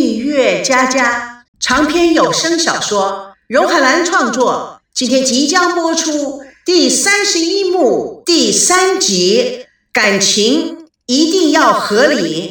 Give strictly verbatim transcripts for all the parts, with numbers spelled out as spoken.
蜜月佳佳长篇有声小说，荣海兰创作，今天即将播出第三十一幕第三集，感情一定要合理。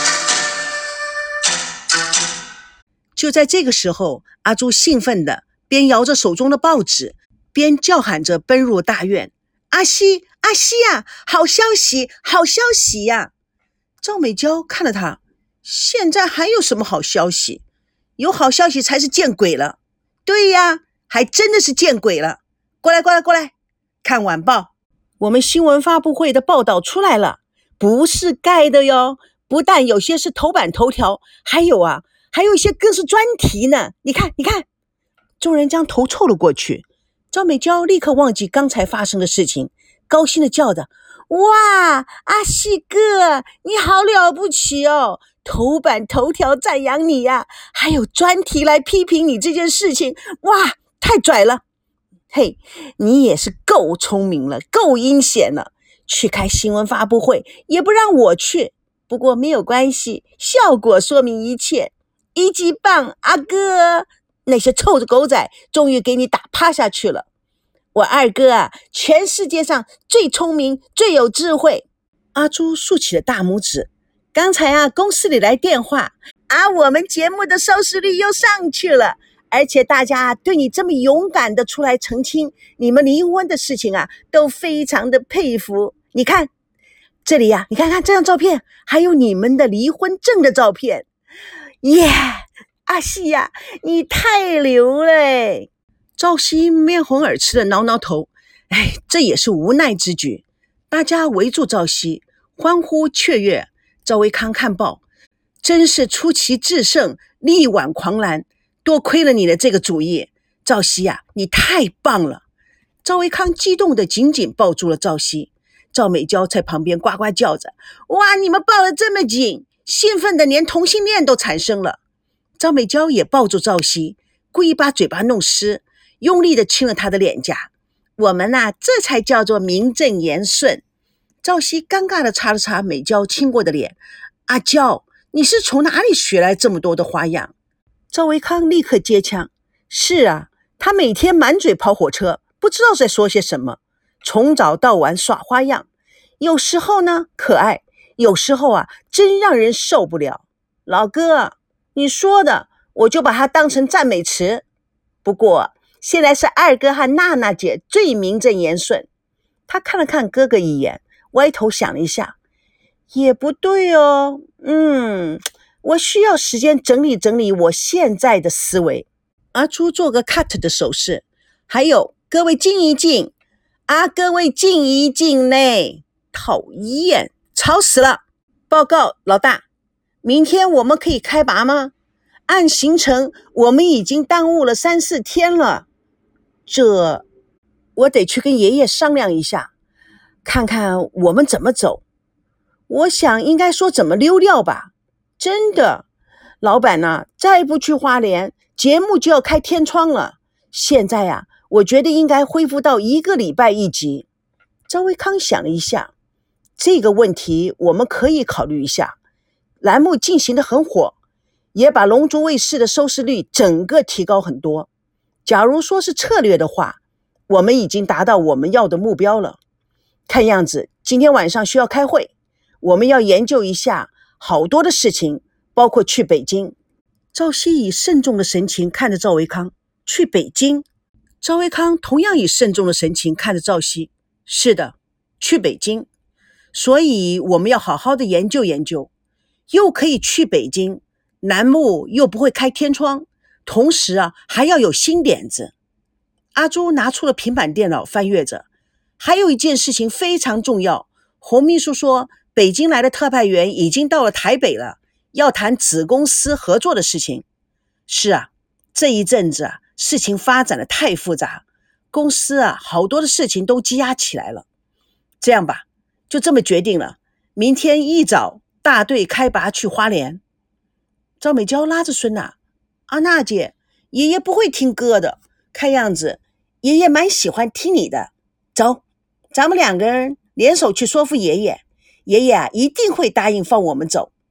就在这个时候，阿朱兴奋地边摇着手中的报纸，边叫喊着奔入大院。阿西，阿西呀、啊，好消息，好消息呀、啊！赵美娇看了他，现在还有什么好消息？有好消息才是见鬼了。对呀，还真的是见鬼了。过来过来过来，看晚报，我们新闻发布会的报道出来了，不是盖的哟，不但有些是头版头条，还有啊还有一些更是专题呢。你看你看，众人将头凑了过去。赵美娇立刻忘记刚才发生的事情，高兴地叫着：哇，阿西哥，你好了不起哦！头版头条赞扬你呀、啊，还有专题来批评你这件事情，哇，太拽了！嘿，你也是够聪明了，够阴险了，去开新闻发布会也不让我去。不过没有关系，效果说明一切，一级棒，阿哥！那些臭着狗仔终于给你打趴下去了。我二哥啊，全世界上最聪明，最有智慧。阿朱竖起了大拇指。刚才啊，公司里来电话啊，我们节目的收视率又上去了，而且大家对你这么勇敢的出来澄清你们离婚的事情啊，都非常的佩服。你看这里呀、啊，你看看这张照片，还有你们的离婚证的照片。耶、yeah, 阿西呀、啊，你太牛了。赵熙面红耳赤的挠挠头，哎，这也是无奈之举。大家围住赵熙，欢呼雀跃。赵维康看报，真是出奇制胜，力挽狂澜，多亏了你的这个主意，赵熙呀、啊，你太棒了！赵维康激动地紧紧抱住了赵熙，赵美娇在旁边呱呱叫着：哇，你们抱得这么紧，兴奋的连同性恋都产生了。赵美娇也抱住赵熙，故意把嘴巴弄湿，用力地亲了他的脸颊。我们啊，这才叫做名正言顺。赵熙尴尬地擦了擦美娇亲过的脸。阿娇，你是从哪里学来这么多的花样？赵维康立刻接枪。是啊，他每天满嘴跑火车，不知道在说些什么，从早到晚耍花样。有时候呢可爱，有时候啊真让人受不了。老哥，你说的我就把它当成赞美词。不过现在是二哥和娜娜姐最名正言顺。他看了看哥哥一眼，歪头想了一下，也不对哦，嗯，我需要时间整理整理我现在的思维。阿朱做个 cut 的手势，还有各位静一静啊，各位静一静呢，讨厌，吵死了。报告老大，明天我们可以开拔吗？按行程我们已经耽误了三四天了。这我得去跟爷爷商量一下，看看我们怎么走。我想应该说怎么溜掉吧。真的，老板呢、啊，再不去花莲，节目就要开天窗了。现在呀、啊，我觉得应该恢复到一个礼拜一集。赵维康想了一下，这个问题我们可以考虑一下。栏目进行得很火，也把龙族卫视的收视率整个提高很多。假如说是策略的话，我们已经达到我们要的目标了。看样子今天晚上需要开会，我们要研究一下好多的事情，包括去北京。赵熙以慎重的神情看着赵维康。去北京？赵维康同样以慎重的神情看着赵熙。是的，去北京。所以我们要好好的研究研究，又可以去北京，栏目又不会开天窗，同时啊还要有新点子。阿朱拿出了平板电脑翻阅着。还有一件事情非常重要，洪秘书说北京来的特派员已经到了台北了，要谈子公司合作的事情。是啊，这一阵子啊事情发展的太复杂，公司啊好多的事情都积压起来了。这样吧，就这么决定了，明天一早大队开拔去花莲。赵美娇拉着孙娜，阿娜姐，爷爷不会听歌的，看样子爷爷蛮喜欢听你的。走，咱们两个人联手去说服爷爷，爷爷啊一定会答应放我们走。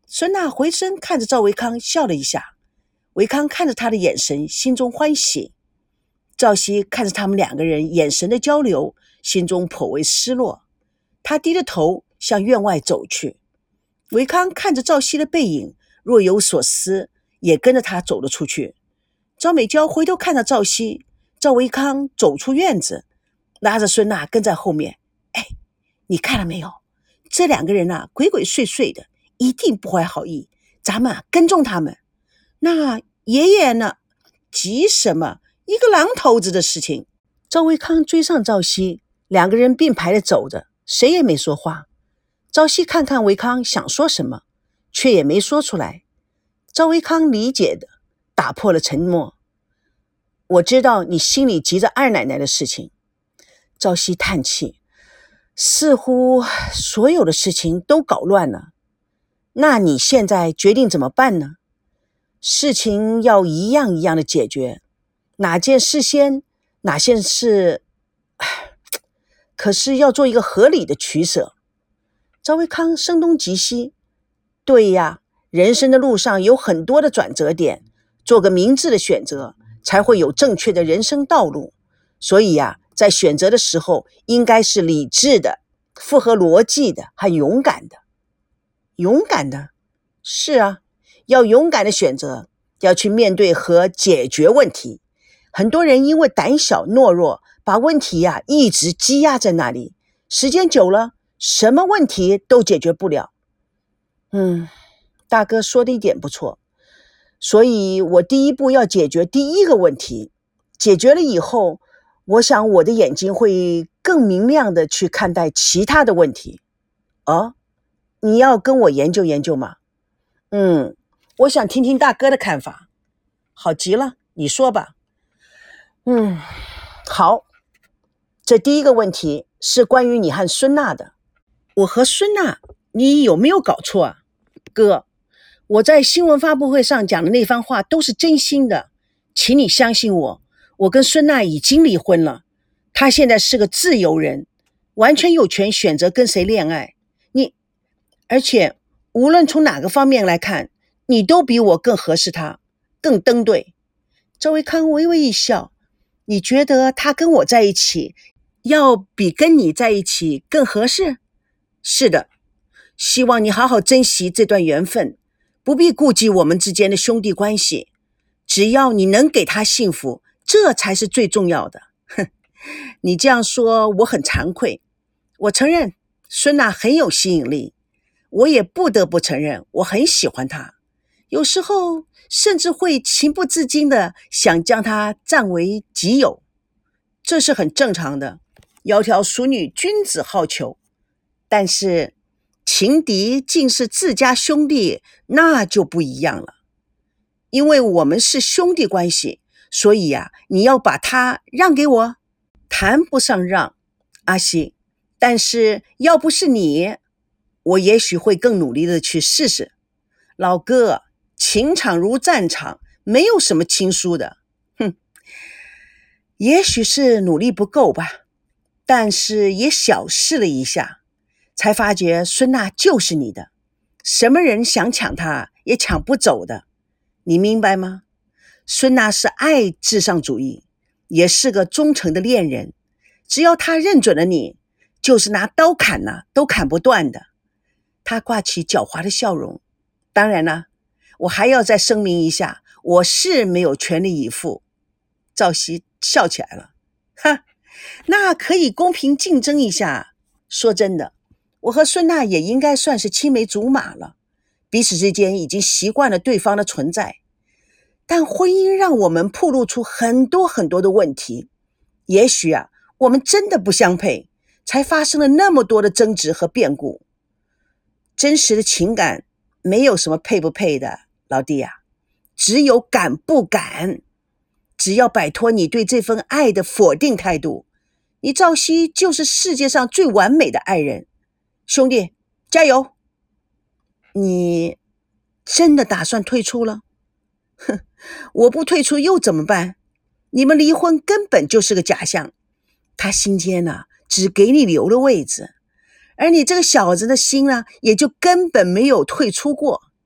孙娜回身看着赵维康笑了一下，维康看着他的眼神，心中欢喜。赵熙看着他们两个人眼神的交流，心中颇为失落。他低着头向院外走去。维康看着赵熙的背影，若有所思，也跟着他走了出去。赵美娇回头看着赵熙，赵维康走出院子，拉着孙娜跟在后面。哎，你看了没有？这两个人啊，鬼鬼祟祟的，一定不怀好意，咱们啊跟踪他们。那爷爷呢？急什么？一个狼头子的事情。赵维康追上赵熙，两个人并排的走着，谁也没说话。赵熙看看维康想说什么，却也没说出来。赵维康理解的打破了沉默。我知道你心里急着二奶奶的事情。赵熙叹气，似乎所有的事情都搞乱了。那你现在决定怎么办呢？事情要一样一样的解决，哪件事先，哪件事，可是要做一个合理的取舍。赵维康声东击西，对呀，人生的路上有很多的转折点，做个明智的选择，才会有正确的人生道路。所以呀，在选择的时候，应该是理智的、符合逻辑的，还勇敢的。勇敢的？是啊，要勇敢的选择，要去面对和解决问题。很多人因为胆小懦弱，把问题呀、啊、一直积压在那里，时间久了，什么问题都解决不了。嗯，大哥说的一点不错，所以我第一步要解决第一个问题，解决了以后，我想我的眼睛会更明亮的去看待其他的问题。哦，你要跟我研究研究吗？嗯，我想听听大哥的看法。好极了，你说吧。嗯，好。这第一个问题是关于你和孙娜的。我和孙娜，你有没有搞错啊？哥，我在新闻发布会上讲的那番话都是真心的，请你相信我，我跟孙娜已经离婚了，她现在是个自由人，完全有权选择跟谁恋爱。你，而且无论从哪个方面来看，你都比我更合适她，更登对。周维康微微一笑，你觉得他跟我在一起要比跟你在一起更合适？是的，希望你好好珍惜这段缘分，不必顾及我们之间的兄弟关系，只要你能给他幸福，这才是最重要的。哼，你这样说我很惭愧，我承认孙娜很有吸引力，我也不得不承认我很喜欢她，有时候甚至会情不自禁的想将她占为己有，这是很正常的，窈窕淑女，君子好逑。但是情敌竟是自家兄弟，那就不一样了。因为我们是兄弟关系，所以呀、啊，你要把他让给我。谈不上让，阿西，但是要不是你，我也许会更努力的去试试。老哥，情场如战场，没有什么轻输的。哼，也许是努力不够吧，但是也小试了一下，才发觉孙娜就是你的，什么人想抢她也抢不走的，你明白吗？孙娜是爱至上主义，也是个忠诚的恋人，只要她认准了你，就是拿刀砍呐、啊、都砍不断的。她挂起狡猾的笑容，当然了，我还要再声明一下，我是没有全力以赴。赵熙笑起来了，哈，那可以公平竞争一下。说真的，我和孙娜也应该算是青梅竹马了，彼此之间已经习惯了对方的存在。但婚姻让我们暴露出很多很多的问题，也许啊，我们真的不相配，才发生了那么多的争执和变故。真实的情感没有什么配不配的，老弟啊，只有敢不敢。只要摆脱你对这份爱的否定态度，你赵熙就是世界上最完美的爱人。兄弟，加油！你真的打算退出了？哼，我不退出又怎么办？你们离婚根本就是个假象，他心间呢、啊，只给你留了位置，而你这个小子的心呢、啊，也就根本没有退出过。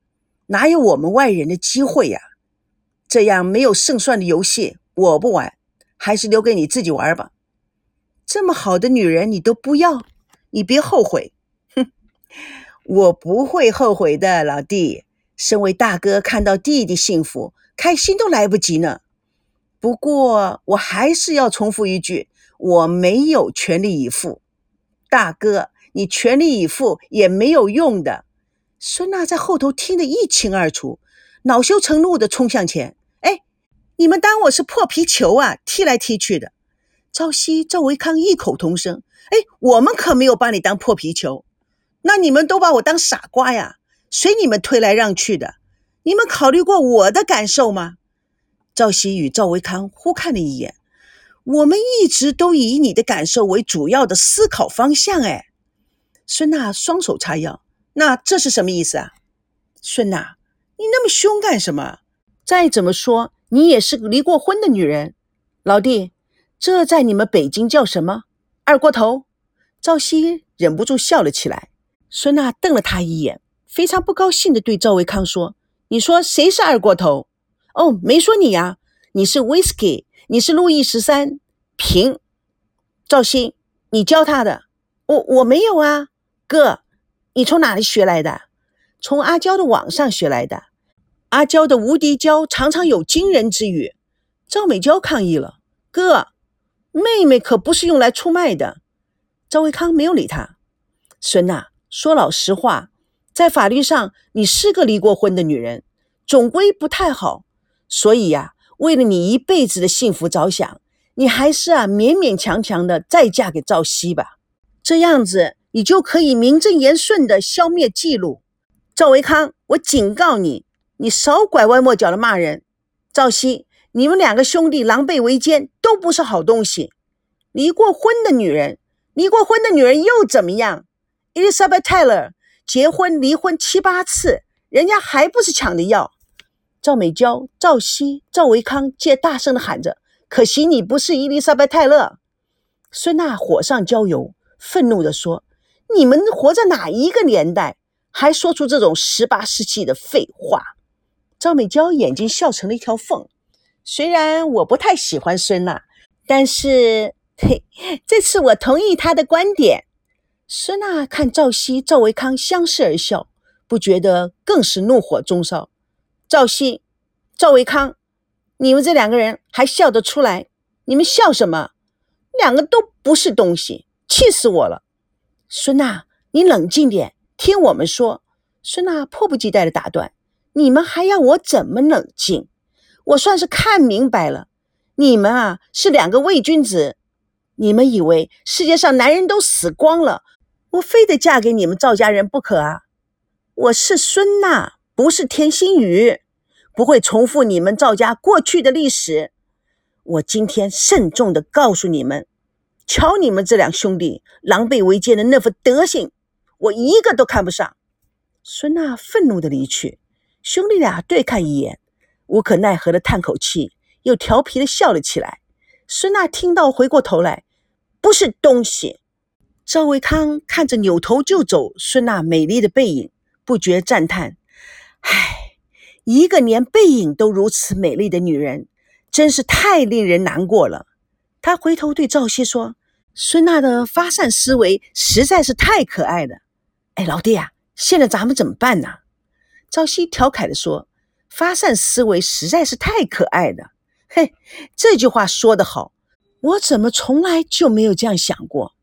哪有我们外人的机会呀？这样没有胜算的游戏我不玩，还是留给你自己玩吧。这么好的女人你都不要，你别后悔。哼，我不会后悔的，老弟。身为大哥，看到弟弟幸福，开心都来不及呢。不过我还是要重复一句，我没有全力以赴。大哥，你全力以赴也没有用的。孙娜在后头听得一清二楚，恼羞成怒地冲向前。哎，你们当我是破皮球啊，踢来踢去的。赵熙、赵维康异口同声，哎，我们可没有把你当破皮球，那你们都把我当傻瓜呀，随你们推来让去的，你们考虑过我的感受吗？赵熙与赵维康互看了一眼，我们一直都以你的感受为主要的思考方向。哎，孙娜双手叉腰，那这是什么意思啊？孙娜，你那么凶干什么？再怎么说你也是个离过婚的女人。老弟，这在你们北京叫什么？二锅头？赵熙忍不住笑了起来。孙娜瞪了他一眼，非常不高兴地对赵维康说，你说谁是二锅头？哦，没说你呀，你是 whisky， 你是路易十三，平。赵熙，你教他的？我我没有啊。哥，你从哪里学来的？从阿娇的网上学来的。阿娇的无敌娇常常有惊人之语。赵美娇抗议了，哥，妹妹可不是用来出卖的。赵维康没有理他。孙娜，说老实话，在法律上你是个离过婚的女人，总归不太好。所以呀、啊，为了你一辈子的幸福着想，你还是啊勉勉强强的再嫁给赵熙吧。这样子你就可以名正言顺的消灭记录。赵维康，我警告你，你少拐弯抹角的骂人。赵熙，你们两个兄弟狼狈为奸，都不是好东西。离过婚的女人，离过婚的女人又怎么样？ Elizabeth Taylor 结婚离婚七八次，人家还不是抢着要。赵美娇、赵熙、赵维康皆大声地喊着，可惜你不是伊丽莎白泰勒。孙娜火上浇油，愤怒地说，你们活在哪一个年代，还说出这种十八世纪的废话？赵美娇眼睛笑成了一条缝，虽然我不太喜欢孙娜，但是嘿，这次我同意她的观点。孙娜看赵熙、赵维康相视而笑，不觉得更是怒火中烧。赵熙、赵维康，你们这两个人还笑得出来？你们笑什么？两个都不是东西，气死我了！孙娜，你冷静点，听我们说。孙娜迫不及待地打断，你们还要我怎么冷静？我算是看明白了，你们啊是两个伪君子。你们以为世界上男人都死光了，我非得嫁给你们赵家人不可啊？我是孙娜，不是田心雨，不会重复你们赵家过去的历史。我今天慎重地告诉你们，瞧你们这两兄弟狼狈为奸的那副德行，我一个都看不上。孙娜愤怒地离去，兄弟俩对看一眼，无可奈何地叹口气，又调皮地笑了起来。孙娜听到回过头来，不是东西。赵维康看着扭头就走孙娜美丽的背影，不觉赞叹，唉，一个连背影都如此美丽的女人，真是太令人难过了。他回头对赵熙说，孙娜的发散思维实在是太可爱了。哎，老弟啊，现在咱们怎么办呢？赵熙调侃地说，发散思维实在是太可爱了。嘿，这句话说得好，我怎么从来就没有这样想过。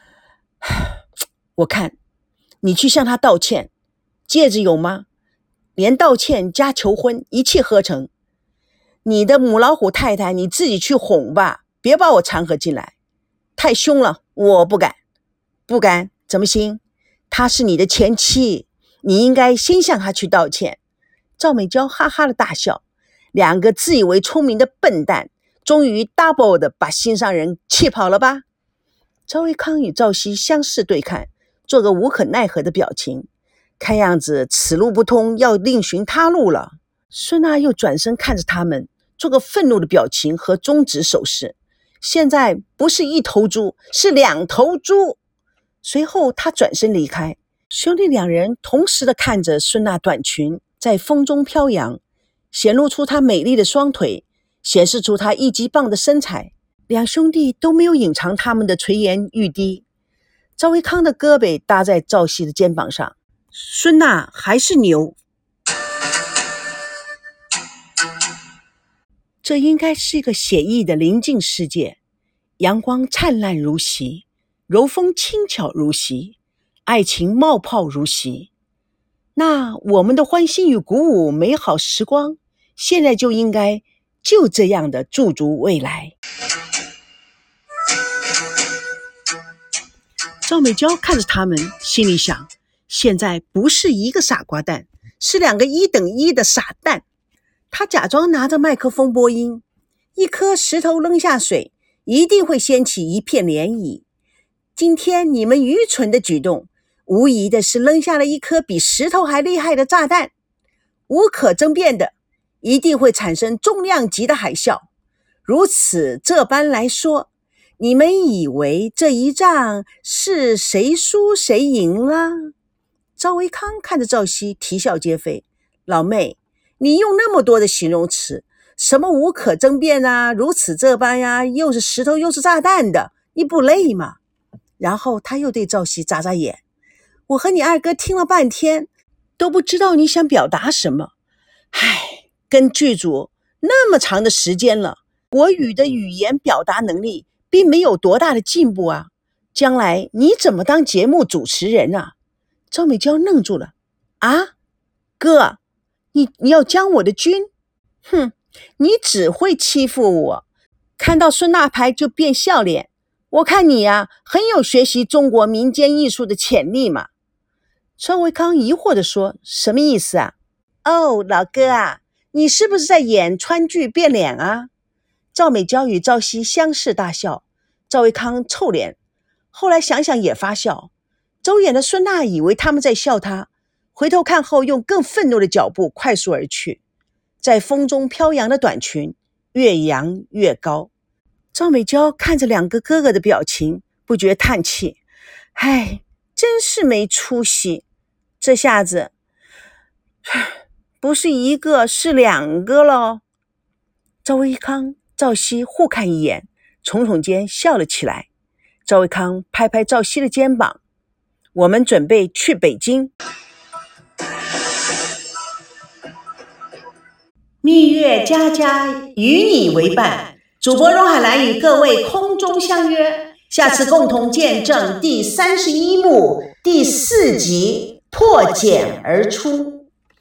我看你去向他道歉，戒指有吗？连道歉加求婚一气呵成。你的母老虎太太你自己去哄吧，别把我掺和进来，太凶了，我不敢。不敢怎么行？她是你的前妻，你应该先向她去道歉。赵美娇哈哈的大笑，两个自以为聪明的笨蛋，终于 double 的把心上人气跑了吧。赵维康与赵熙相视对看，做个无可奈何的表情，看样子此路不通，要另寻他路了。孙娜又转身看着他们，做个愤怒的表情和中指手势，现在不是一头猪，是两头猪。随后他转身离开，兄弟两人同时的看着孙娜短裙在风中飘扬，显露出她美丽的双腿，显示出她一级棒的身材。两兄弟都没有隐藏他们的垂涎欲滴。赵维康的胳膊搭在赵熙的肩膀上，孙娜还是牛。这应该是一个写意的宁静世界，阳光灿烂如昔，柔风轻巧如昔，爱情冒泡如昔。那我们的欢欣与鼓舞美好时光，现在就应该就这样的驻足未来。赵美娇看着他们，心里想，现在不是一个傻瓜蛋，是两个一等一的傻蛋。他假装拿着麦克风播音，一颗石头扔下水，一定会掀起一片涟漪。今天你们愚蠢的举动，无疑的是扔下了一颗比石头还厉害的炸弹，无可争辩的，一定会产生重量级的海啸。如此这般来说，你们以为这一仗是谁输谁赢了？赵维康看着赵熙，啼笑皆非。老妹，你用那么多的形容词，什么无可争辩啊，如此这般呀、啊，又是石头又是炸弹的，你不累吗？然后他又对赵熙眨眨眼，我和你二哥听了半天，都不知道你想表达什么。唉，跟剧组那么长的时间了，国语的语言表达能力并没有多大的进步啊，将来你怎么当节目主持人啊？赵美娇愣住了。啊，哥，你你要将我的军？哼，你只会欺负我，看到孙娜牌就变笑脸。我看你呀、啊，很有学习中国民间艺术的潜力嘛。赵维康疑惑地说，什么意思啊？哦，老哥啊，你是不是在演川剧变脸啊？赵美娇与赵熙相视大笑，赵维康臭脸，后来想想也发笑。周演的孙娜以为他们在笑他，回头看后用更愤怒的脚步快速而去。在风中飘扬的短裙越扬越高。赵美娇看着两个哥哥的表情，不觉叹气，唉，真是没出息，这下子不是一个是两个咯。赵维康、赵熙互看一眼，耸耸肩笑了起来。赵维康拍拍赵熙的肩膀，我们准备去北京。蜜月佳佳与你为伴，主播荣海兰与各位空中相约，下次共同见证第三十一幕第四集破茧而出。